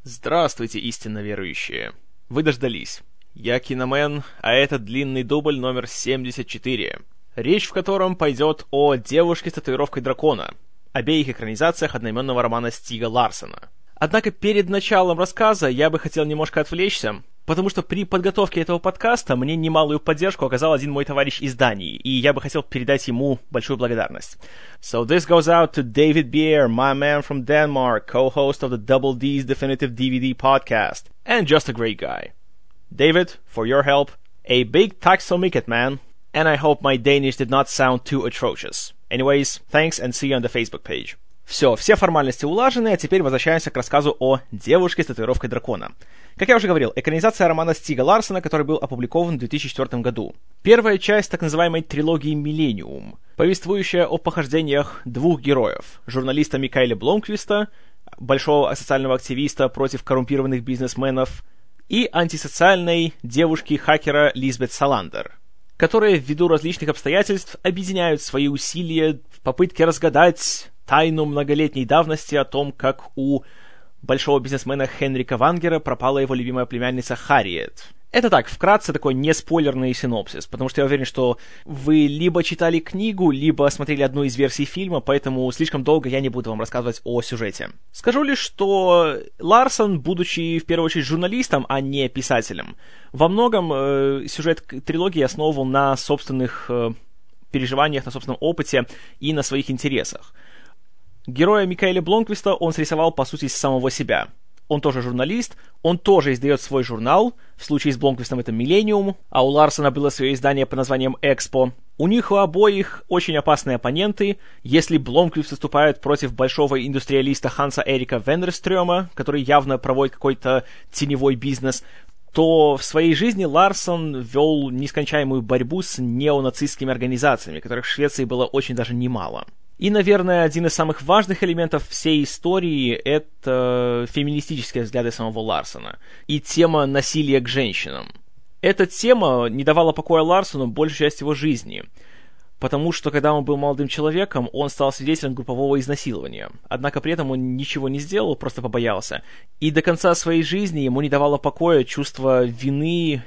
Здравствуйте, истинно верующие. Вы дождались. Я Киномен, а это длинный дубль номер 74, речь в котором пойдет о девушке с татуировкой дракона, обеих экранизациях одноименного романа Стига Ларсона. Однако перед началом рассказа я бы хотел немножко отвлечься, потому что при подготовке этого подкаста мне немалую поддержку оказал один мой товарищ из Дании, и я бы хотел передать ему большую благодарность. So this goes out to David Beer, my man from Denmark, co-host of the Double D's Definitive DVD podcast, and just a great guy. David, for your help, a big tack so mycket, man, and I hope my Danish did not sound too atrocious. Anyways, thanks and see you on the Facebook page. Все формальности улажены, а теперь возвращаемся к рассказу о девушке с татуировкой дракона. Как я уже говорил, экранизация романа Стига Ларсона, который был опубликован в 2004 году. Первая часть так называемой трилогии «Миллениум», повествующая о похождениях двух героев, журналиста Микаэля Бломквиста, большого социального активиста против коррумпированных бизнесменов, и антисоциальной девушки-хакера Лизбет Саландер, которые ввиду различных обстоятельств объединяют свои усилия в попытке разгадать тайну многолетней давности о том, как у большого бизнесмена Хенрика Вангера пропала его любимая племянница Харриет. Это так, вкратце такой неспойлерный синопсис, потому что я уверен, что вы либо читали книгу, либо смотрели одну из версий фильма, поэтому слишком долго я не буду вам рассказывать о сюжете. Скажу лишь, что Ларсон, будучи в первую очередь журналистом, а не писателем, во многом сюжет трилогии основывал на собственных переживаниях, на собственном опыте и на своих интересах. Героя Микаэля Бломквиста он срисовал, по сути, с самого себя. Он тоже журналист, он тоже издает свой журнал, в случае с Бломквистом это «Миллениум», а у Ларсона было свое издание под названием «Экспо». У них у обоих очень опасные оппоненты. Если Бломквист выступает против большого индустриалиста Ханса Эрика Вендерстрёма, который явно проводит какой-то теневой бизнес, то в своей жизни Ларсон вел нескончаемую борьбу с неонацистскими организациями, которых в Швеции было очень даже немало. И, наверное, один из самых важных элементов всей истории — это феминистические взгляды самого Ларсона и тема насилия к женщинам. Эта тема не давала покоя Ларсону большую часть его жизни, потому что, когда он был молодым человеком, он стал свидетелем группового изнасилования. Однако при этом он ничего не сделал, просто побоялся. И до конца своей жизни ему не давало покоя чувство вины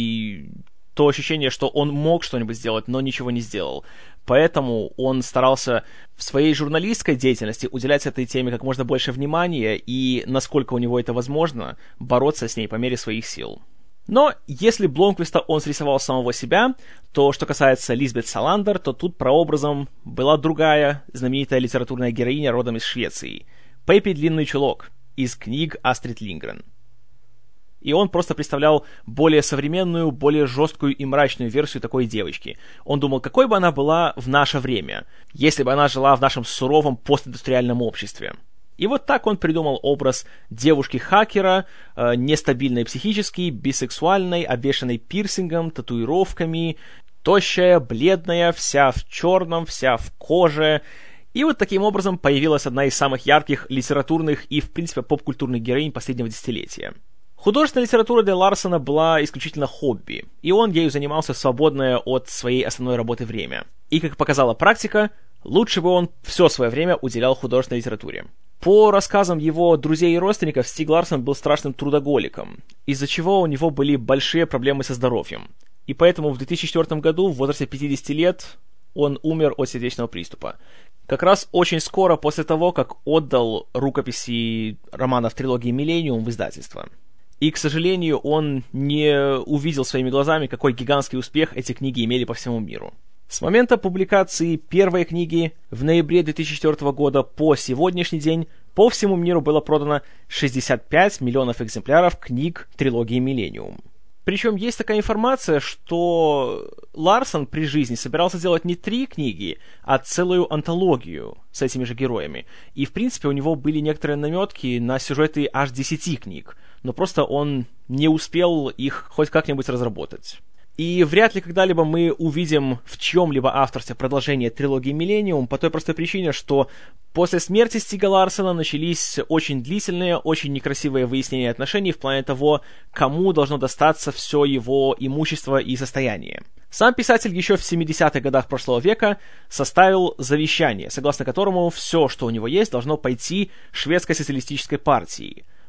и то ощущение, что он мог что-нибудь сделать, но ничего не сделал. Поэтому он старался в своей журналистской деятельности уделять этой теме как можно больше внимания и, насколько у него это возможно, бороться с ней по мере своих сил. Но если Бломквиста он срисовал самого себя, то, что касается Лизбет Саландер, то тут прообразом была другая знаменитая литературная героиня родом из Швеции — Пеппи Длинный Чулок из книг Астрид Линдгрен. И он просто представлял более современную, более жесткую и мрачную версию такой девочки. Он думал, какой бы она была в наше время, если бы она жила в нашем суровом постиндустриальном обществе. И вот так он придумал образ девушки-хакера, нестабильной психически, бисексуальной, обвешанной пирсингом, татуировками, тощая, бледная, вся в черном, вся в коже. И вот таким образом появилась одна из самых ярких литературных и, в принципе, поп-культурных героинь последнего десятилетия. Художественная литература для Ларсона была исключительно хобби, и он ею занимался в свободное от своей основной работы время. И, как показала практика, лучше бы он все свое время уделял художественной литературе. По рассказам его друзей и родственников, Стиг Ларсон был страшным трудоголиком, из-за чего у него были большие проблемы со здоровьем. И поэтому в 2004 году, в возрасте 50 лет, он умер от сердечного приступа. Как раз очень скоро после того, как отдал рукописи романов трилогии «Миллениум» в издательство. И, к сожалению, он не увидел своими глазами, какой гигантский успех эти книги имели по всему миру. С момента публикации первой книги в ноябре 2004 года по сегодняшний день по всему миру было продано 65 миллионов экземпляров книг трилогии «Миллениум». Причем есть такая информация, что Ларсон при жизни собирался сделать не 3 книги, а целую антологию с этими же героями. И, в принципе, у него были некоторые наметки на сюжеты аж 10 книг, но просто он не успел их хоть как-нибудь разработать. И вряд ли когда-либо мы увидим в чьем-либо авторстве продолжение трилогии «Миллениум» по той простой причине, что после смерти Стига Ларсона начались очень длительные, очень некрасивые выяснения отношений в плане того, кому должно достаться все его имущество и состояние. Сам писатель еще в 70-х годах прошлого века составил завещание, согласно которому все, что у него есть, должно пойти шведской социалистической партии.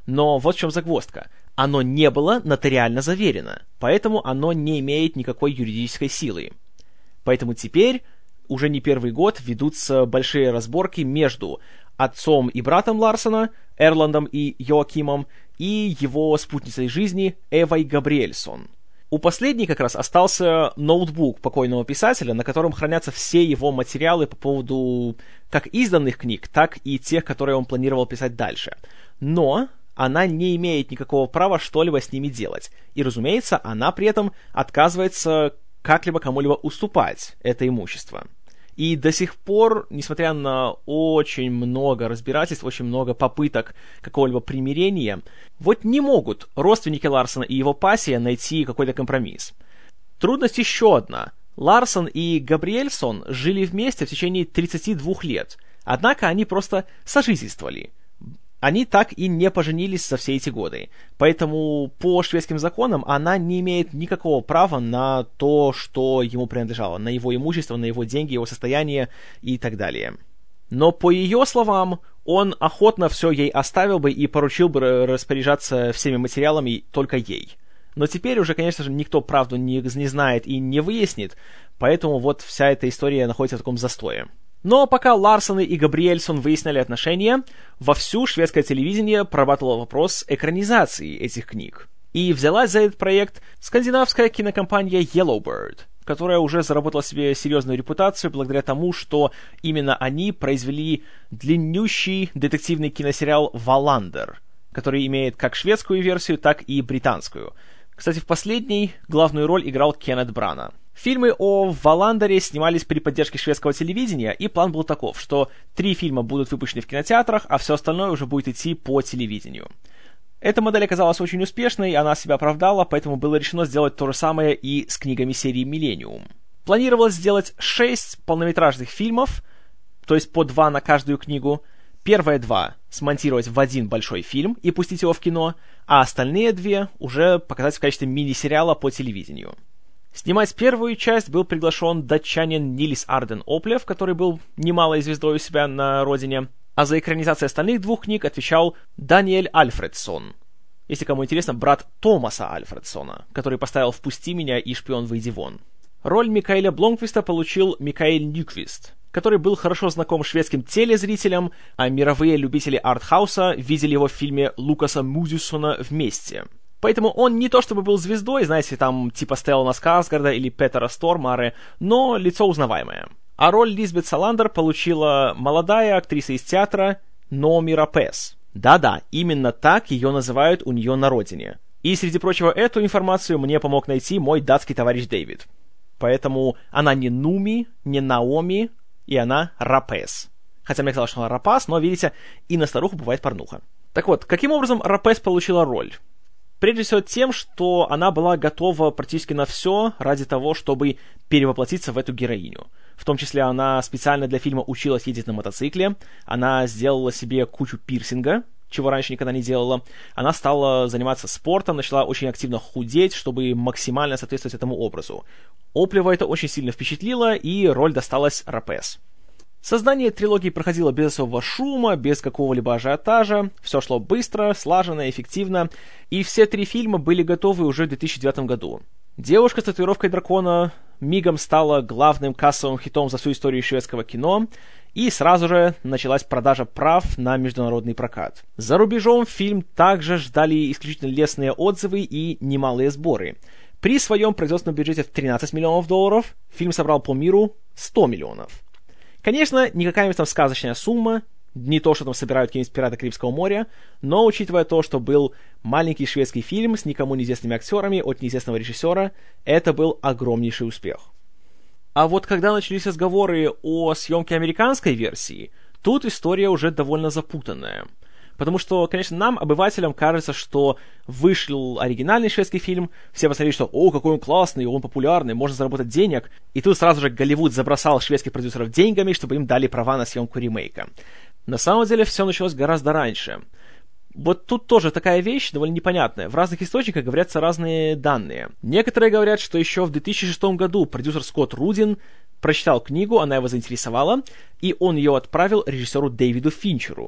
Но вот в чем загвоздка. Оно не было нотариально заверено, поэтому оно не имеет никакой юридической силы. Поэтому теперь, уже не первый год, ведутся большие разборки между отцом и братом Ларсона, Эрландом и Йоакимом, и его спутницей жизни Эвой Габриэльсон. У последней как раз остался ноутбук покойного писателя, на котором хранятся все его материалы по поводу как изданных книг, так и тех, которые он планировал писать дальше. Но она не имеет никакого права что-либо с ними делать. И, разумеется, она при этом отказывается как-либо кому-либо уступать это имущество. И до сих пор, несмотря на очень много разбирательств, очень много попыток какого-либо примирения, вот не могут родственники Ларсона и его пассия найти какой-то компромисс. Трудность еще одна. Ларсон и Габриэльсон жили вместе в течение 32 лет, однако они просто сожительствовали. Они так и не поженились за все эти годы, поэтому по шведским законам она не имеет никакого права на то, что ему принадлежало, на его имущество, на его деньги, его состояние и так далее. Но по ее словам, он охотно все ей оставил бы и поручил бы распоряжаться всеми материалами только ей. Но теперь уже, конечно же, никто правду не знает и не выяснит, поэтому вот вся эта история находится в таком застое. Но пока Ларсоны и Габриэльсон выясняли отношения, вовсю шведское телевидение прорабатывало вопрос экранизации этих книг. И взялась за этот проект скандинавская кинокомпания Yellowbird, которая уже заработала себе серьезную репутацию благодаря тому, что именно они произвели длиннющий детективный киносериал «Валландер», который имеет как шведскую версию, так и британскую. Кстати, в последней главную роль играл Кеннет Брана. Фильмы о Валландере снимались при поддержке шведского телевидения, и план был таков, что 3 фильма будут выпущены в кинотеатрах, а все остальное уже будет идти по телевидению. Эта модель оказалась очень успешной, она себя оправдала, поэтому было решено сделать то же самое и с книгами серии «Миллениум». Планировалось сделать 6 полнометражных фильмов, то есть по 2 на каждую книгу. Первые 2 смонтировать в один большой фильм и пустить его в кино, а остальные 2 уже показать в качестве мини-сериала по телевидению. Снимать первую часть был приглашен датчанин Нильс Арден Оплев, который был немалой звездой у себя на родине, а за экранизацию остальных 2 книг отвечал Даниэль Альфредсон. Если кому интересно, брат Томаса Альфредсона, который поставил «Впусти меня» и «Шпион, выйди вон». Роль Микаэля Бломквиста получил Микаэль Нюквист, который был хорошо знаком шведским телезрителям, а мировые любители артхауса видели его в фильме Лукаса Мудюсона «Вместе». Поэтому он не то чтобы был звездой, знаете, там типа Стеллана Скарсгарда или Петера Стормаре, но лицо узнаваемое. А роль Лизбет Саландер получила молодая актриса из театра Noomi Rapace. Да-да, именно так ее называют у нее на родине. И, среди прочего, эту информацию мне помог найти мой датский товарищ Дэвид. Поэтому она не Нуми, не Наоми, и она Рапес. Хотя мне казалось, что она Рапас, но, видите, и на старуху бывает порнуха. Так вот, каким образом Рапес получила роль? Прежде всего тем, что она была готова практически на все ради того, чтобы перевоплотиться в эту героиню. В том числе она специально для фильма училась ездить на мотоцикле, она сделала себе кучу пирсинга, чего раньше никогда не делала. Она стала заниматься спортом, начала очень активно худеть, чтобы максимально соответствовать этому образу. Оплева это очень сильно впечатлило, и роль досталась Рапес. Создание трилогии проходило без особого шума, без какого-либо ажиотажа, все шло быстро, слаженно, эффективно, и все 3 фильма были готовы уже в 2009 году. «Девушка с татуировкой дракона» мигом стала главным кассовым хитом за всю историю шведского кино, и сразу же началась продажа прав на международный прокат. За рубежом фильм также ждали исключительно лестные отзывы и немалые сборы. При своем производственном бюджете в $13 миллионов фильм собрал по миру 100 миллионов. Конечно, не какая-нибудь там сказочная сумма, не то, что там собирают какие-нибудь «Пираты Карибского моря», но, учитывая то, что был маленький шведский фильм с никому неизвестными актерами от неизвестного режиссера, это был огромнейший успех. А вот когда начались разговоры о съемке американской версии, тут история уже довольно запутанная. Потому что, конечно, нам, обывателям, кажется, что вышел оригинальный шведский фильм, все посмотрели, что «О, какой он классный, он популярный, можно заработать денег», и тут сразу же Голливуд забросал шведских продюсеров деньгами, чтобы им дали права на съемку ремейка. На самом деле все началось гораздо раньше. Вот тут тоже такая вещь довольно непонятная. В разных источниках говорятся разные данные. Некоторые говорят, что еще в 2006 году продюсер Скотт Рудин прочитал книгу, она его заинтересовала, и он ее отправил режиссеру Дэвиду Финчеру,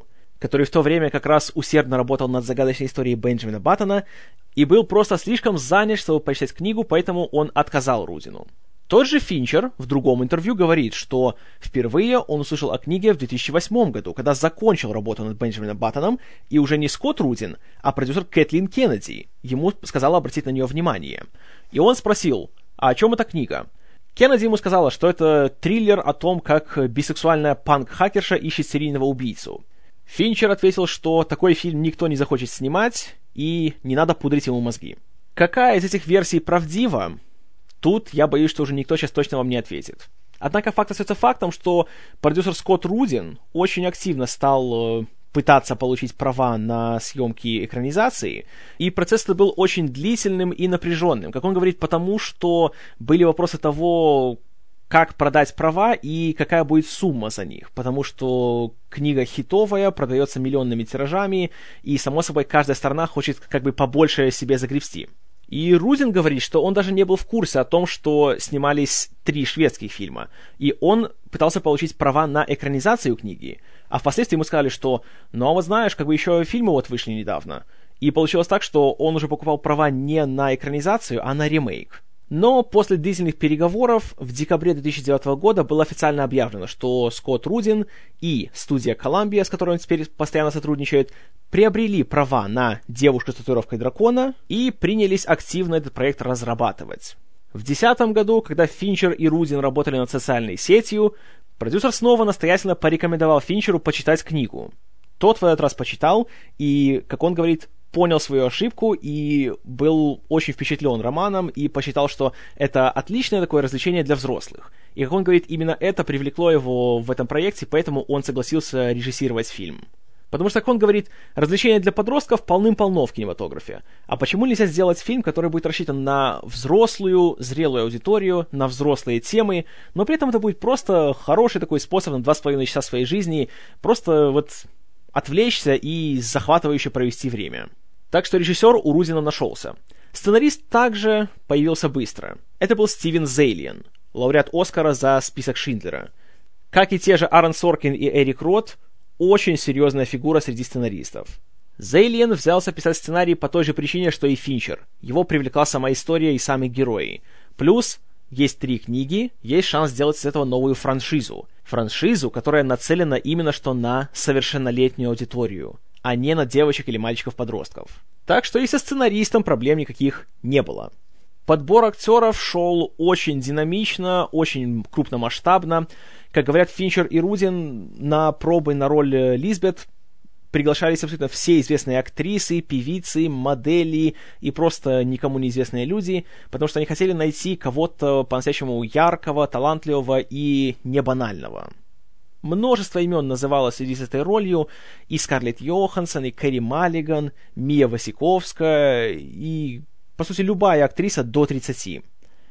который в то время как раз усердно работал над загадочной историей Бенджамина Баттона и был просто слишком занят, чтобы прочитать книгу, поэтому он отказал Рудину. Тот же Финчер в другом интервью говорит, что впервые он услышал о книге в 2008 году, когда закончил работу над Бенджамином Баттоном, и уже не Скотт Рудин, а продюсер Кэтлин Кеннеди ему сказала обратить на нее внимание. И он спросил, а о чем эта книга? Кеннеди ему сказала, что это триллер о том, как бисексуальная панк-хакерша ищет серийного убийцу. Финчер ответил, что такой фильм никто не захочет снимать, и не надо пудрить ему мозги. Какая из этих версий правдива? Тут я боюсь, что уже никто сейчас точно вам не ответит. Однако факт остается фактом, что продюсер Скотт Рудин очень активно стал пытаться получить права на съемки экранизации, и процесс этот был очень длительным и напряженным. Как он говорит, потому что были вопросы того, как продать права и какая будет сумма за них, потому что книга хитовая, продается миллионными тиражами, и, само собой, каждая сторона хочет как бы побольше себе загребсти. И Рудин говорит, что он даже не был в курсе о том, что снимались 3 шведских фильма, и он пытался получить права на экранизацию книги, а впоследствии ему сказали, что «ну а вот знаешь, как бы еще фильмы вот вышли недавно». И получилось так, что он уже покупал права не на экранизацию, а на ремейк. Но после длительных переговоров в декабре 2009 года было официально объявлено, что Скотт Рудин и студия Columbia, с которой он теперь постоянно сотрудничает, приобрели права на «Девушку с татуировкой дракона» и принялись активно этот проект разрабатывать. В 2010 году, когда Финчер и Рудин работали над социальной сетью, продюсер снова настоятельно порекомендовал Финчеру почитать книгу. Тот в этот раз почитал и, как он говорит, понял свою ошибку и был очень впечатлен романом и посчитал, что это отличное такое развлечение для взрослых. И, как он говорит, именно это привлекло его в этом проекте, поэтому он согласился режиссировать фильм. Потому что, как он говорит, развлечения для подростков полным-полно в кинематографе. А почему нельзя сделать фильм, который будет рассчитан на взрослую, зрелую аудиторию, на взрослые темы, но при этом это будет просто хороший такой способ на 2,5 часа своей жизни просто вот отвлечься и захватывающе провести время. Так что режиссер у Рудина нашелся. Сценарист также появился быстро. Это был Стивен Зейлиан, лауреат Оскара за «Список Шиндлера». Как и те же Аарон Соркин и Эрик Рот, очень серьезная фигура среди сценаристов. Зейлиан взялся писать сценарий по той же причине, что и Финчер. Его привлекла сама история и сами герои. Плюс есть 3 книги, есть шанс сделать из этого новую франшизу. Франшизу, которая нацелена именно что на совершеннолетнюю аудиторию, а не на девочек или мальчиков-подростков. Так что и со сценаристом проблем никаких не было. Подбор актеров шел очень динамично, очень крупномасштабно. Как говорят Финчер и Рудин, на пробы на роль Лизбет приглашались абсолютно все известные актрисы, певицы, модели и просто никому неизвестные люди, потому что они хотели найти кого-то по-настоящему яркого, талантливого и небанального. Множество имен называлось в связи с этой ролью: и Скарлетт Йоханссон, и Кэрри Маллиган, Мия Васиковская, и, по сути, любая актриса до 30.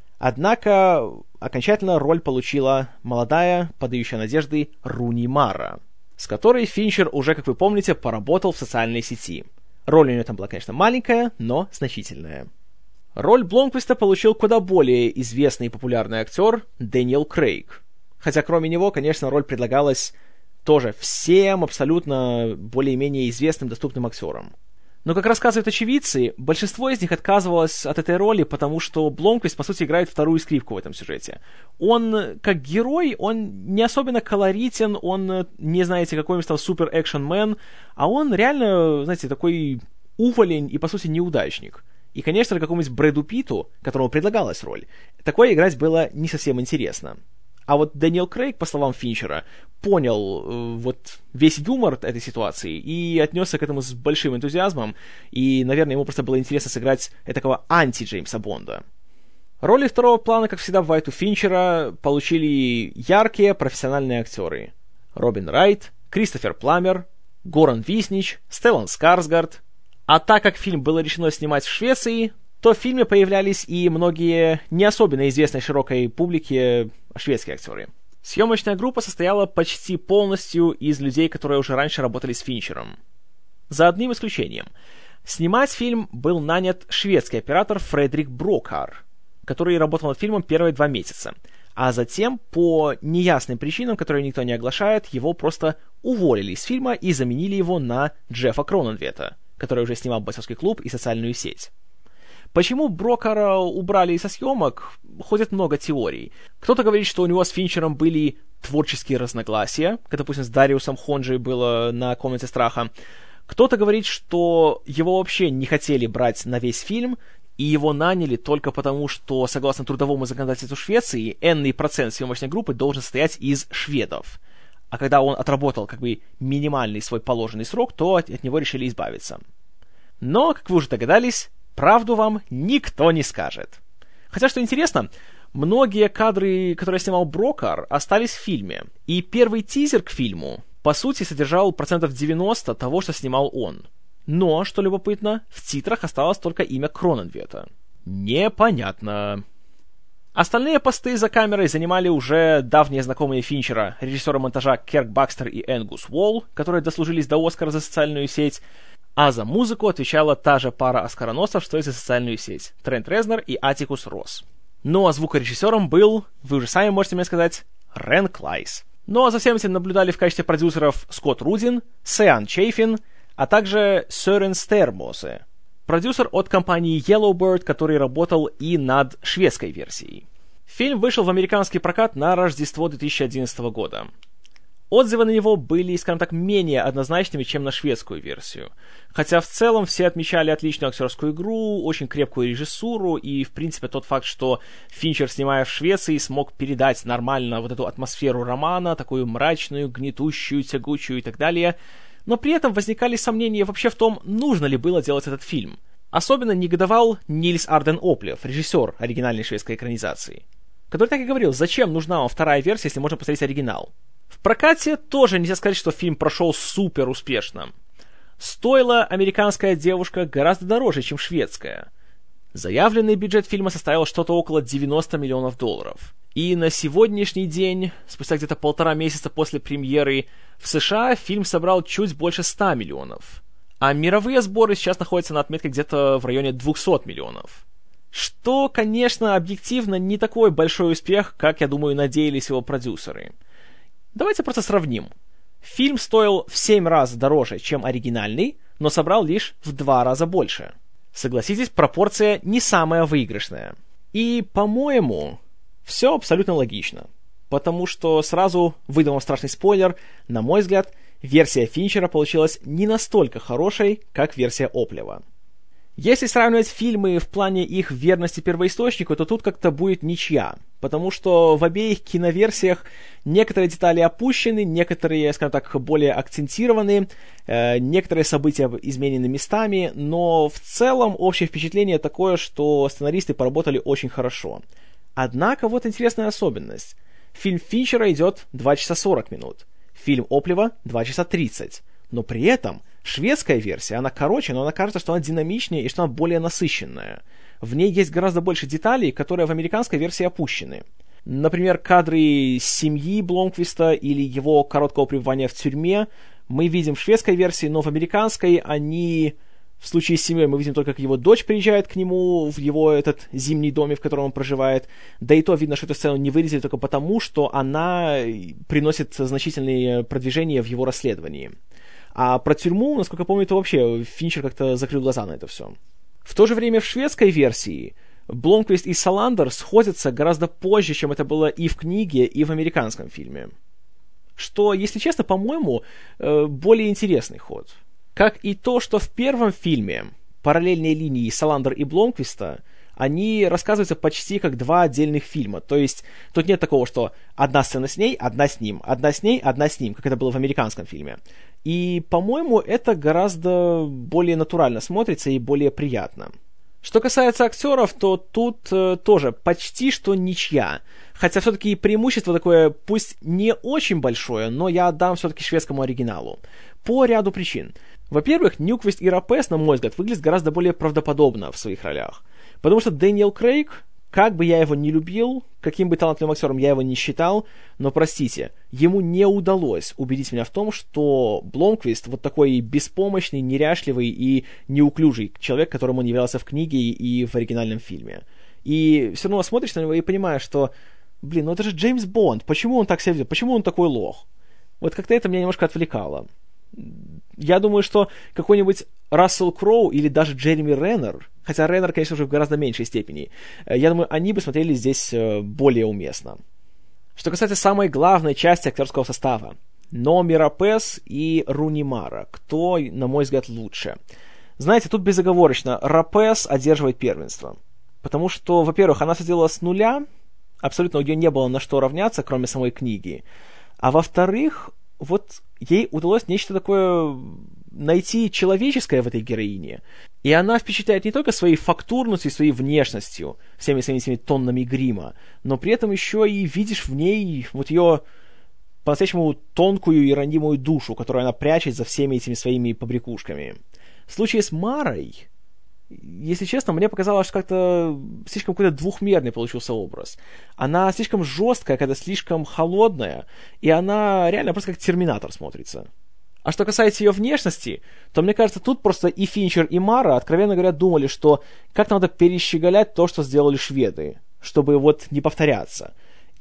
Однако, окончательно роль получила молодая, подающая надежды Руни Мара, с которой Финчер уже, как вы помните, поработал в социальной сети. Роль у нее там была, конечно, маленькая, но значительная. Роль Бломквиста получил куда более известный и популярный актер Дэниел Крейг. Хотя кроме него, конечно, роль предлагалась тоже всем абсолютно более-менее известным, доступным актерам. Но, как рассказывают очевидцы, большинство из них отказывалось от этой роли, потому что Бломквист, по сути, играет вторую скрипку в этом сюжете. Он, как герой, он не особенно колоритен, он не, знаете, какой-нибудь там супер-экшн-мен, а он реально, знаете, такой уволень и, по сути, неудачник. И, конечно же, какому-нибудь Брэду Питту, которому предлагалась роль, такое играть было не совсем интересно. А вот Дэниел Крейг, по словам Финчера, понял вот весь юмор этой ситуации и отнесся к этому с большим энтузиазмом, и, наверное, ему просто было интересно сыграть такого анти-Джеймса Бонда. Роли второго плана, как всегда бывает у Финчера, получили яркие профессиональные актеры. Робин Райт, Кристофер Пламмер, Горан Виснич, Стеллан Скарсгард. А так как фильм было решено снимать в Швеции, то в фильме появлялись и многие не особенно известные широкой публике шведские актеры. Съемочная группа состояла почти полностью из людей, которые уже раньше работали с Финчером. За одним исключением. Снимать фильм был нанят шведский оператор Фредерик Брокар, который работал над фильмом первые 2 месяца. А затем, по неясным причинам, которые никто не оглашает, его просто уволили из фильма и заменили его на Джеффа Кроненвета, который уже снимал «Бойцовский клуб» и «Социальную сеть». Почему Брокера убрали со съемок, ходит много теорий. Кто-то говорит, что у него с Финчером были творческие разногласия, как, допустим, с Дариусом Хонджи было на «Комнате страха». Кто-то говорит, что его вообще не хотели брать на весь фильм, и его наняли только потому, что, согласно трудовому законодательству Швеции, энный процент съемочной группы должен состоять из шведов. А когда он отработал минимальный свой положенный срок, то от него решили избавиться. Но, как вы уже догадались, правду вам никто не скажет. Хотя, что интересно, многие кадры, которые снимал Брокер, остались в фильме. И первый тизер к фильму, по сути, содержал 90% того, что снимал он. Но, что любопытно, в титрах осталось только имя Кроненвета. Непонятно. Остальные посты за камерой занимали уже давние знакомые Финчера, режиссеры монтажа Керк Бакстер и Энгус Уолл, которые дослужились до Оскара за «Социальную сеть», а за музыку отвечала та же пара оскароносцев, что и за «Социальную сеть» — Трент Резнор и Атикус Росс. Ну а звукорежиссером был, вы уже сами можете мне сказать, Рен Клайс. Ну а за всем этим наблюдали в качестве продюсеров Скотт Рудин, Сеан Чейфин, а также Сёрен Стермосе, продюсер от компании Yellowbird, который работал и над шведской версией. Фильм вышел в американский прокат на Рождество 2011 года. Отзывы на него были, скажем так, менее однозначными, чем на шведскую версию. Хотя в целом все отмечали отличную актерскую игру, очень крепкую режиссуру и, в принципе, тот факт, что Финчер, снимая в Швеции, смог передать нормально вот эту атмосферу романа, такую мрачную, гнетущую, тягучую и так далее. Но при этом возникали сомнения вообще в том, нужно ли было делать этот фильм. Особенно негодовал Нильс Арден Оплев, режиссер оригинальной шведской экранизации, который так и говорил, зачем нужна вам вторая версия, если можно посмотреть оригинал. В прокате тоже нельзя сказать, что фильм прошел супер успешно. Стоила американская девушка гораздо дороже, чем шведская. Заявленный бюджет фильма составил что-то около $90 миллионов. И на сегодняшний день, спустя где-то 1,5 месяца после премьеры, в США фильм собрал чуть больше 100 миллионов. А мировые сборы сейчас находятся на отметке где-то в районе 200 миллионов. Что, конечно, объективно не такой большой успех, как, я думаю, надеялись его продюсеры. Давайте просто сравним. Фильм стоил в 7 раз дороже, чем оригинальный, но собрал лишь в 2 раза больше. Согласитесь, пропорция не самая выигрышная. И, по-моему, все абсолютно логично. Потому что сразу выдам вам страшный спойлер, на мой взгляд, версия Финчера получилась не настолько хорошей, как версия Оплева. Если сравнивать фильмы в плане их верности первоисточнику, то тут как-то будет ничья. Потому что в обеих киноверсиях некоторые детали опущены, некоторые, скажем так, более акцентированы, некоторые события изменены местами, но в целом общее впечатление такое, что сценаристы поработали очень хорошо. Однако вот интересная особенность. Фильм Финчера идет 2 часа 40 минут, фильм Оплева 2 часа 30, но при этом шведская версия, она короче, но она кажется, что она динамичнее и что она более насыщенная. В ней есть гораздо больше деталей, которые в американской версии опущены. Например, кадры семьи Бломквиста или его короткого пребывания в тюрьме мы видим в шведской версии, но в американской они... В случае с семьей мы видим только, как его дочь приезжает к нему в его этот зимний домик, в котором он проживает. Да и то видно, что эту сцену не вырезали только потому, что она приносит значительные продвижения в его расследовании. А про тюрьму, насколько я помню, то вообще Финчер как-то закрыл глаза на это все. В то же время в шведской версии Бломквист и Саландер сходятся гораздо позже, чем это было и в книге, и в американском фильме. Что, если честно, по-моему, более интересный ход. Как и то, что в первом фильме параллельные линии Саландер и Бломквиста, они рассказываются почти как 2 отдельных фильма. То есть тут нет такого, что одна сцена с ней, одна с ним, одна с ней, одна с ним, как это было в американском фильме. И, по-моему, это гораздо более натурально смотрится и более приятно. Что касается актеров, то тут тоже почти что ничья. Хотя все-таки преимущество такое, пусть не очень большое, но я отдам все-таки шведскому оригиналу. По ряду причин. Во-первых, Нюквист и Рапес, на мой взгляд, выглядят гораздо более правдоподобно в своих ролях. Потому что Дэниел Крейг, как бы я его ни любил, каким бы талантливым актером я его ни считал, но, простите, ему не удалось убедить меня в том, что Бломквист вот такой беспомощный, неряшливый и неуклюжий человек, которым он являлся в книге и в оригинальном фильме. И все равно смотришь на него и понимаешь, что блин, ну это же Джеймс Бонд, почему он так себя ведет, почему он такой лох? Вот как-то это меня немножко отвлекало. Я думаю, что какой-нибудь Рассел Кроу или даже Джереми Реннер, хотя Реннер, конечно же, в гораздо меньшей степени, я думаю, они бы смотрелись здесь более уместно. Что касается самой главной части актерского состава, Номи Рапес и Руни Мара, кто, на мой взгляд, лучше? Знаете, тут безоговорочно, Рапес одерживает первенство. Потому что, во-первых, она все делала с нуля, абсолютно у нее не было на что равняться, кроме самой книги. А во-вторых, вот ей удалось нечто такое найти человеческое в этой героине. И она впечатляет не только своей фактурностью и своей внешностью, всеми своими этими тоннами грима, но при этом еще и видишь в ней вот ее по-настоящему тонкую и ранимую душу, которую она прячет за всеми этими своими побрякушками. В случае с Марой, если честно, мне показалось, что как-то слишком какой-то двухмерный получился образ. Она слишком жесткая, когда слишком холодная, и она реально просто как Терминатор смотрится. А что касается ее внешности, то, мне кажется, тут просто и Финчер, и Мара, откровенно говоря, думали, что как надо перещеголять то, что сделали шведы, чтобы вот не повторяться.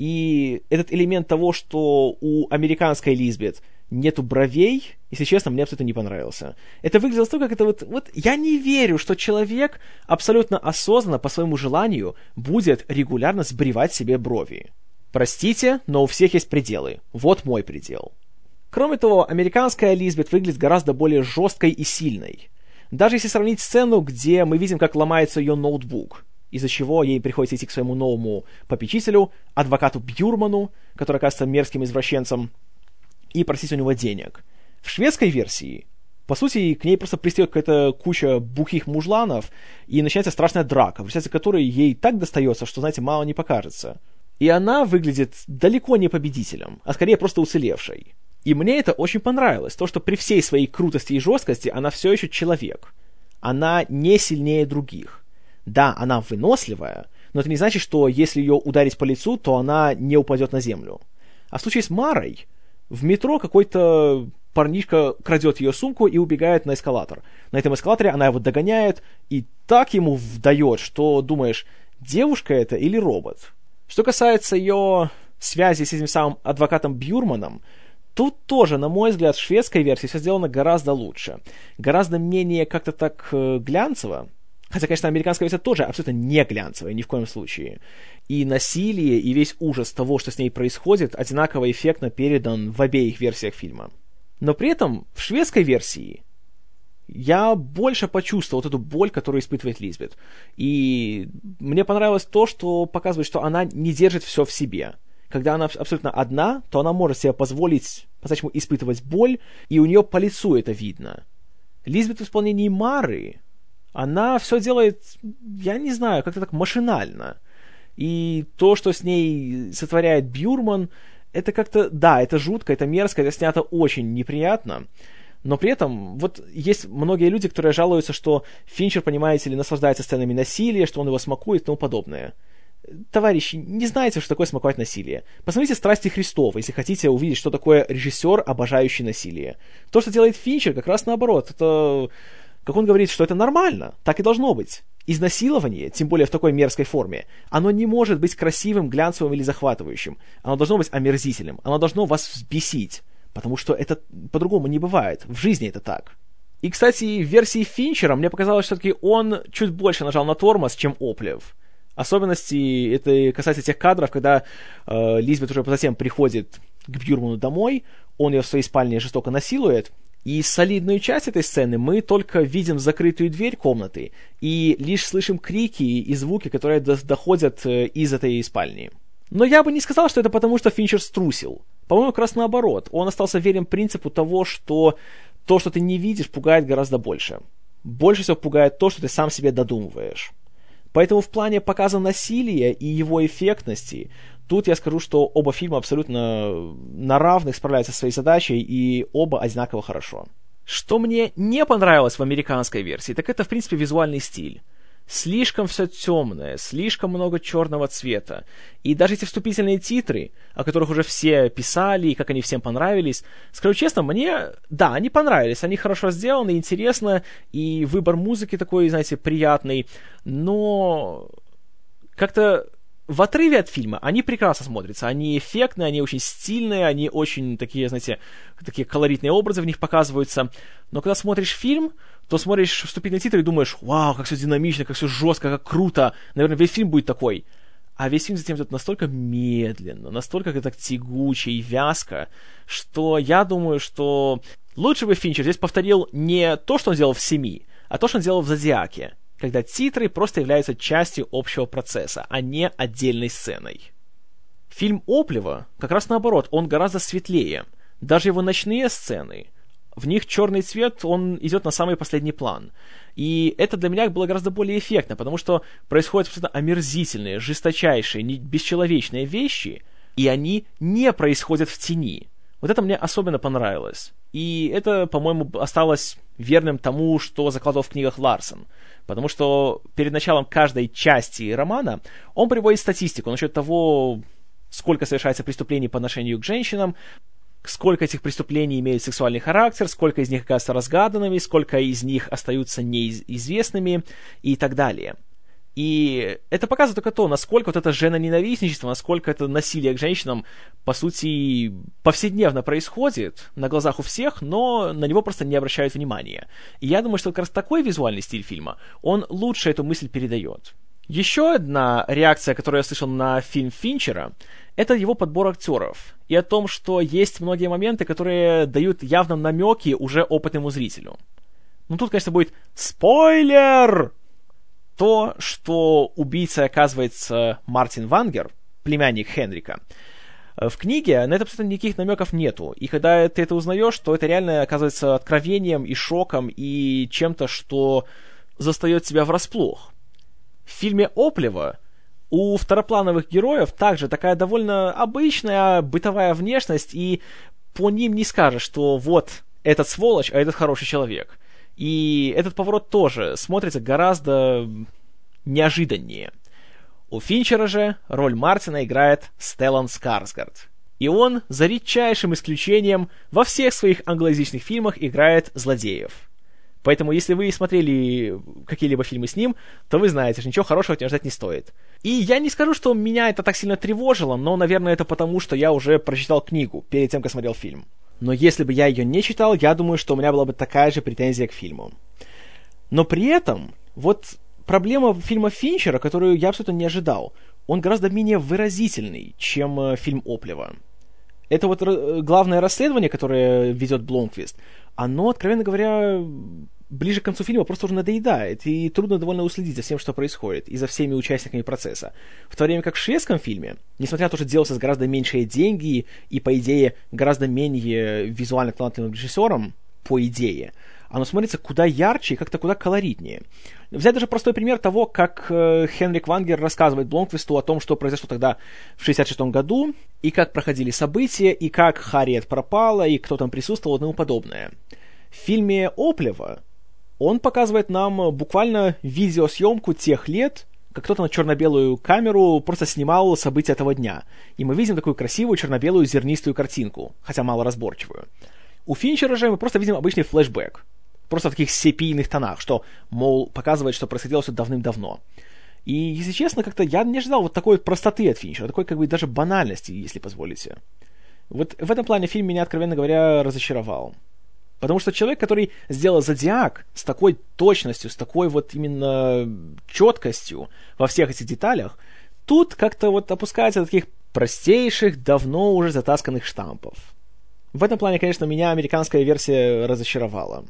И этот элемент того, что у американской Лизбет нету бровей, если честно, мне абсолютно не понравился. Это выглядело так, как это вот я не верю, что человек абсолютно осознанно, по своему желанию, будет регулярно сбривать себе брови. Простите, но у всех есть пределы. Вот мой предел. Кроме того, американская Лизбет выглядит гораздо более жесткой и сильной. Даже если сравнить сцену, где мы видим, как ломается ее ноутбук, из-за чего ей приходится идти к своему новому попечителю, адвокату Бьюрману, который оказывается мерзким извращенцем, и просить у него денег. В шведской версии, по сути, к ней просто пристает какая-то куча бухих мужланов, и начинается страшная драка, в результате которой ей так достается, что, знаете, мало не покажется. И она выглядит далеко не победителем, а скорее просто уцелевшей. И мне это очень понравилось, то, что при всей своей крутости и жесткости она все еще человек. Она не сильнее других. Да, она выносливая, но это не значит, что если ее ударить по лицу, то она не упадет на землю. А в случае с Марой, в метро какой-то парнишка крадет ее сумку и убегает на эскалатор. На этом эскалаторе она его догоняет и так ему вдает, что думаешь, девушка это или робот. Что касается ее связи с этим самым адвокатом Бьюрманом, тут тоже, на мой взгляд, в шведской версии все сделано гораздо лучше. Гораздо менее как-то так глянцево. Хотя, конечно, американская версия тоже абсолютно не глянцевая, ни в коем случае. И насилие, и весь ужас того, что с ней происходит, одинаково эффектно передан в обеих версиях фильма. Но при этом в шведской версии я больше почувствовал вот эту боль, которую испытывает Лизбет. И мне понравилось то, что показывает, что она не держит все в себе. Когда она абсолютно одна, то она может себе позволить, по-настоящему, испытывать боль, и у нее по лицу это видно. Лизбет в исполнении Мары, она все делает, я не знаю, как-то так машинально. И то, что с ней сотворяет Бьюрман, это как-то, да, это жутко, это мерзко, это снято очень неприятно. Но при этом, вот есть многие люди, которые жалуются, что Финчер, понимаете ли, наслаждается сценами насилия, что он его смакует и тому подобное. Товарищи, не знаете, что такое смаковать насилие. Посмотрите «Страсти Христовы», если хотите увидеть, что такое режиссер, обожающий насилие. То, что делает Финчер, как раз наоборот. Это, как он говорит, что это нормально, так и должно быть. Изнасилование, тем более в такой мерзкой форме, оно не может быть красивым, глянцевым или захватывающим. Оно должно быть омерзительным, оно должно вас взбесить, потому что это по-другому не бывает. В жизни это так. И, кстати, в версии Финчера мне показалось, что все-таки он чуть больше нажал на тормоз, чем Оплев. Особенности это касается тех кадров, когда Лизбет уже затем приходит к Бьюрману домой, он ее в своей спальне жестоко насилует, и солидную часть этой сцены мы только видим закрытую дверь комнаты и лишь слышим крики и звуки, которые доходят из этой спальни. Но я бы не сказал, что это потому, что Финчер струсил. По-моему, как раз наоборот. Он остался верен принципу того, что то, что ты не видишь, пугает гораздо больше. Больше всего пугает то, что ты сам себе додумываешь. Поэтому в плане показа насилия и его эффектности, тут я скажу, что оба фильма абсолютно на равных справляются со своей задачей, и оба одинаково хорошо. Что мне не понравилось в американской версии, так это, в принципе, визуальный стиль. Слишком все темное, слишком много черного цвета. И даже эти вступительные титры, о которых уже все писали, и как они всем понравились, скажу честно, мне, да, они понравились, они хорошо сделаны, интересно, и выбор музыки такой, знаете, приятный, но как-то в отрыве от фильма они прекрасно смотрятся. Они эффектные, они очень стильные, они очень такие, знаете, такие колоритные образы в них показываются. Но когда смотришь фильм, то смотришь вступительные титры и думаешь: вау, как все динамично, как все жестко, как круто. Наверное, весь фильм будет такой. А весь фильм затем идет настолько медленно, настолько так тягуче и вязко, что я думаю, что лучше бы Финчер здесь повторил не то, что он сделал в «Семи», а то, что он сделал в «Зодиаке», когда титры просто являются частью общего процесса, а не отдельной сценой. Фильм «Оплево» как раз наоборот, он гораздо светлее. Даже его ночные сцены, в них черный цвет, он идет на самый последний план. И это для меня было гораздо более эффектно, потому что происходят абсолютно омерзительные, жесточайшие, бесчеловечные вещи, и они не происходят в тени. Вот это мне особенно понравилось. И это, по-моему, осталось верным тому, что закладывал в книгах Ларсон. Потому что перед началом каждой части романа он приводит статистику насчет того, сколько совершается преступлений по отношению к женщинам, сколько этих преступлений имеют сексуальный характер, сколько из них оказываются разгаданными, сколько из них остаются неизвестными и так далее. И это показывает только то, насколько вот это женоненавистничество, насколько это насилие к женщинам, по сути, повседневно происходит на глазах у всех, но на него просто не обращают внимания. И я думаю, что как раз такой визуальный стиль фильма, он лучше эту мысль передает. Еще одна реакция, которую я слышал на фильм Финчера, это его подбор актеров. И о том, что есть многие моменты, которые дают явно намеки уже опытному зрителю. Ну тут, конечно, будет спойлер! То, что убийцей оказывается Мартин Вангер, племянник Хенрика. В книге на это абсолютно никаких намеков нету. И когда ты это узнаешь, то это реально оказывается откровением и шоком, и чем-то, что застает тебя врасплох. В фильме «Оплево» у второплановых героев также такая довольно обычная бытовая внешность, и по ним не скажешь, что вот этот сволочь, а этот хороший человек. И этот поворот тоже смотрится гораздо неожиданнее. У Финчера же роль Мартина играет Стеллан Скарсгард. И он, за редчайшим исключением, во всех своих англоязычных фильмах играет злодеев. Поэтому, если вы смотрели какие-либо фильмы с ним, то вы знаете, что ничего хорошего от него ждать не стоит. И я не скажу, что меня это так сильно тревожило, но, наверное, это потому, что я уже прочитал книгу перед тем, как смотрел фильм. Но если бы я ее не читал, я думаю, что у меня была бы такая же претензия к фильму. Но при этом, вот проблема фильма Финчера, которую я абсолютно не ожидал, он гораздо менее выразительный, чем фильм «Оплево». Это вот главное расследование, которое ведет Бломквист, оно, откровенно говоря, ближе к концу фильма просто уже надоедает, и трудно довольно уследить за всем, что происходит, и за всеми участниками процесса. В то время как в шведском фильме, несмотря на то, что делался с гораздо меньшие деньги, и, по идее, гораздо менее визуально талантливым режиссером, по идее, оно смотрится куда ярче и как-то куда колоритнее. Взять даже простой пример того, как Хенрик Вангер рассказывает Бломквисту о том, что произошло тогда в 1966 году, и как проходили события, и как Харриет пропала, и кто там присутствовал, и тому подобное. В фильме «Оплево» он показывает нам буквально видеосъемку тех лет, как кто-то на черно-белую камеру просто снимал события этого дня. И мы видим такую красивую черно-белую зернистую картинку, хотя малоразборчивую. У Финчера же мы просто видим обычный флешбэк. Просто в таких сепийных тонах, что, мол, показывает, что происходило все давным-давно. И, если честно, как-то я не ожидал вот такой простоты от Финчера, такой как бы даже банальности, если позволите. Вот в этом плане фильм меня, откровенно говоря, разочаровал. Потому что человек, который сделал «Зодиак» с такой точностью, с такой вот именно четкостью во всех этих деталях, тут как-то вот опускается до таких простейших, давно уже затасканных штампов. В этом плане, конечно, меня американская версия разочаровала.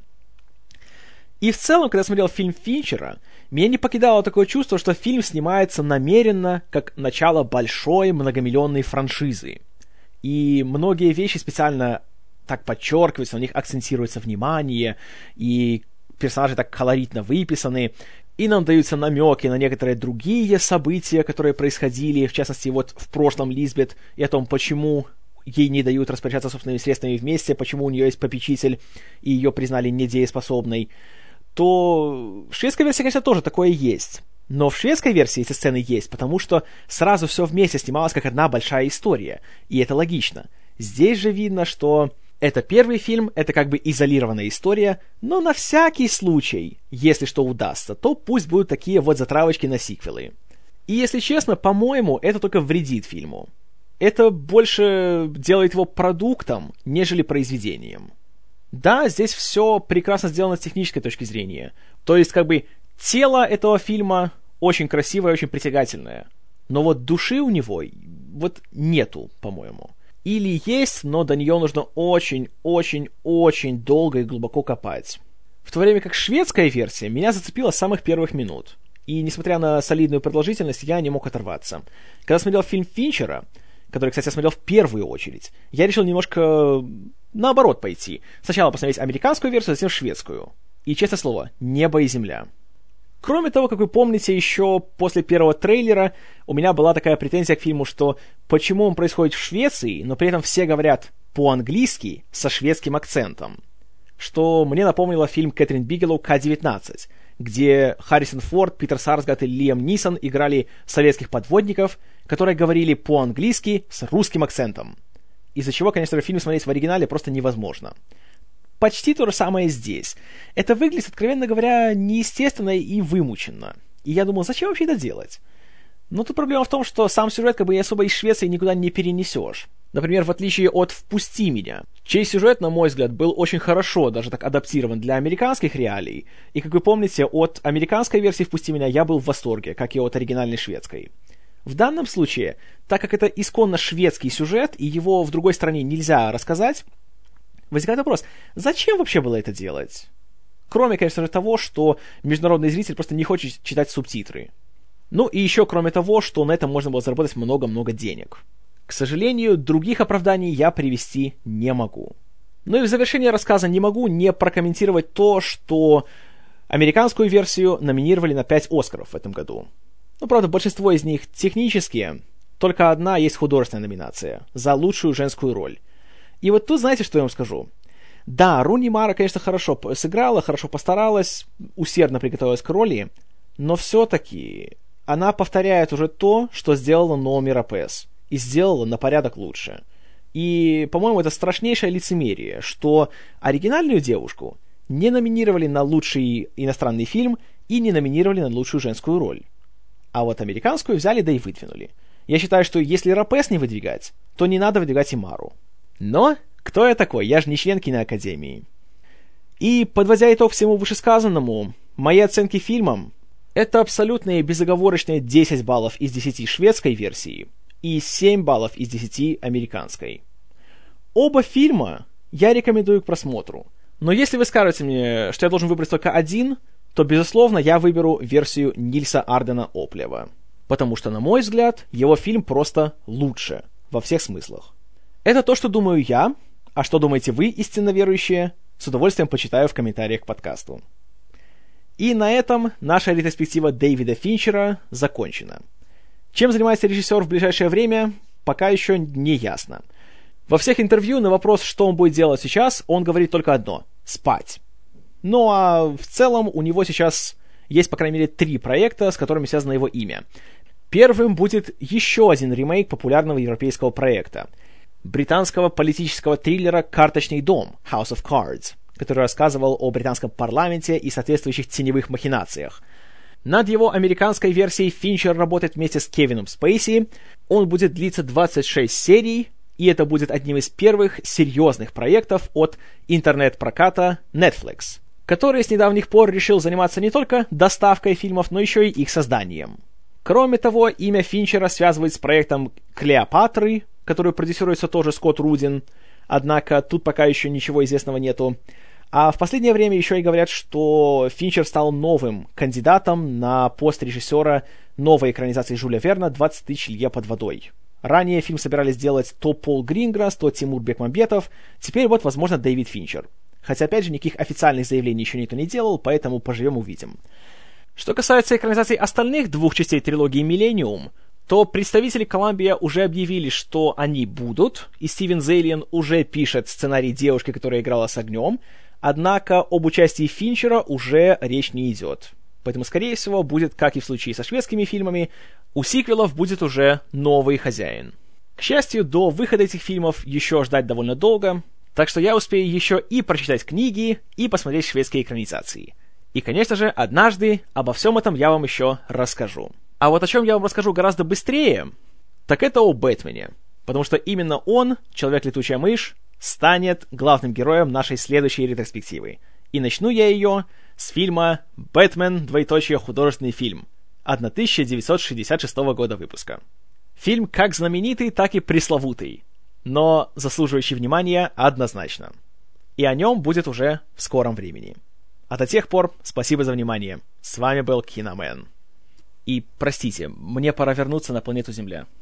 И в целом, когда я смотрел фильм Финчера, меня не покидало такое чувство, что фильм снимается намеренно как начало большой многомиллионной франшизы. И многие вещи специально так подчеркиваются, на них акцентируется внимание, и персонажи так колоритно выписаны, и нам даются намеки на некоторые другие события, которые происходили, в частности, вот в прошлом Лизбет, и о том, почему ей не дают распоряжаться собственными средствами вместе, почему у нее есть попечитель, и ее признали недееспособной, то в шведской версии, конечно, тоже такое есть. Но в шведской версии эти сцены есть, потому что сразу все вместе снималось как одна большая история, и это логично. Здесь же видно, что это первый фильм, это как бы изолированная история, но на всякий случай, если что удастся, то пусть будут такие вот затравочки на сиквелы. И, если честно, по-моему, это только вредит фильму. Это больше делает его продуктом, нежели произведением. Да, здесь все прекрасно сделано с технической точки зрения. То есть, тело этого фильма очень красивое, очень притягательное. Но вот души у него нету, по-моему. Или есть, но до нее нужно очень-очень-очень долго и глубоко копать. В то время как шведская версия меня зацепила с самых первых минут. И, несмотря на солидную продолжительность, я не мог оторваться. Когда смотрел фильм Финчера, который, кстати, я смотрел в первую очередь, я решил немножко наоборот пойти. Сначала посмотреть американскую версию, затем шведскую. И, честное слово, небо и земля. Кроме того, как вы помните, еще после первого трейлера у меня была такая претензия к фильму, что почему он происходит в Швеции, но при этом все говорят по-английски со шведским акцентом. Что мне напомнило фильм Кэтрин Бигелоу «К-19», где Харрисон Форд, Питер Сарсгат и Лиам Нисон играли советских подводников, которые говорили по-английски с русским акцентом. Из-за чего, конечно же, фильм смотреть в оригинале просто невозможно. Почти то же самое здесь. Это выглядит, откровенно говоря, неестественно и вымученно. И я думал, зачем вообще это делать? Но тут проблема в том, что сам сюжет особо из Швеции никуда не перенесешь. Например, в отличие от «Впусти меня», чей сюжет, на мой взгляд, был очень хорошо даже так адаптирован для американских реалий. И, как вы помните, от американской версии «Впусти меня» я был в восторге, как и от оригинальной шведской. В данном случае, так как это исконно шведский сюжет, и его в другой стране нельзя рассказать, возникает вопрос, зачем вообще было это делать? Кроме, конечно же, того, что международный зритель просто не хочет читать субтитры. Ну и еще кроме того, что на этом можно было заработать много-много денег. К сожалению, других оправданий я привести не могу. Ну и в завершение рассказа не могу не прокомментировать то, что американскую версию номинировали на 5 Оскаров в этом году. Ну, правда, большинство из них технические, только одна есть художественная номинация за лучшую женскую роль. И вот тут знаете, что я вам скажу? Да, Руни Мара, конечно, хорошо сыграла, хорошо постаралась, усердно приготовилась к роли, но все-таки она повторяет уже то, что сделала Noomi Рапез, и сделала на порядок лучше. И, по-моему, это страшнейшее лицемерие, что оригинальную девушку не номинировали на лучший иностранный фильм и не номинировали на лучшую женскую роль. А вот американскую взяли, да и выдвинули. Я считаю, что если Рапез не выдвигать, то не надо выдвигать и Мару. Но кто я такой? Я же не член киноакадемии. И, подводя итог всему вышесказанному, мои оценки фильмам — это абсолютные безоговорочные 10 баллов из 10 шведской версии и 7 баллов из 10 американской. Оба фильма я рекомендую к просмотру. Но если вы скажете мне, что я должен выбрать только один, то, безусловно, я выберу версию Нильса Ардена Оплева. Потому что, на мой взгляд, его фильм просто лучше во всех смыслах. Это то, что думаю я, а что думаете вы, истинно верующие, с удовольствием почитаю в комментариях к подкасту. И на этом наша ретроспектива Дэвида Финчера закончена. Чем занимается режиссер в ближайшее время, пока еще не ясно. Во всех интервью на вопрос, что он будет делать сейчас, он говорит только одно – спать. Ну а в целом у него сейчас есть, по крайней мере, 3 проекта, с которыми связано его имя. Первым будет еще один ремейк популярного европейского проекта – британского политического триллера «Карточный дом» House of Cards, который рассказывал о британском парламенте и соответствующих теневых махинациях. Над его американской версией Финчер работает вместе с Кевином Спейси. Он будет длиться 26 серий, и это будет одним из первых серьезных проектов от интернет-проката Netflix, который с недавних пор решил заниматься не только доставкой фильмов, но еще и их созданием. Кроме того, имя Финчера связывает с проектом «Клеопатры», которую продюсируется тоже Скотт Рудин, однако тут пока еще ничего известного нету. А в последнее время еще и говорят, что Финчер стал новым кандидатом на пост режиссера новой экранизации Жюля Верна «20 тысяч лье под водой». Ранее фильм собирались делать то Пол Гринграсс, то Тимур Бекмамбетов, теперь вот, возможно, Дэвид Финчер. Хотя, опять же, никаких официальных заявлений еще никто не делал, поэтому поживем-увидим. Что касается экранизации остальных 2 частей трилогии «Миллениум», то представители Columbia уже объявили, что они будут, и Стивен Зейлиан уже пишет сценарий девушки, которая играла с огнем, однако об участии Финчера уже речь не идет. Поэтому, скорее всего, будет, как и в случае со шведскими фильмами, у сиквелов будет уже новый хозяин. К счастью, до выхода этих фильмов еще ждать довольно долго, так что я успею еще и прочитать книги, и посмотреть шведские экранизации. И, конечно же, однажды обо всем этом я вам еще расскажу. А вот о чем я вам расскажу гораздо быстрее, так это о Бэтмене. Потому что именно он, Человек-летучая мышь, станет главным героем нашей следующей ретроспективы. И начну я ее с фильма «Бэтмен. Художественный фильм» 1966 года выпуска. Фильм как знаменитый, так и пресловутый, но заслуживающий внимания однозначно. И о нем будет уже в скором времени. А до тех пор, спасибо за внимание. С вами был Киномен. И простите, мне пора вернуться на планету Земля.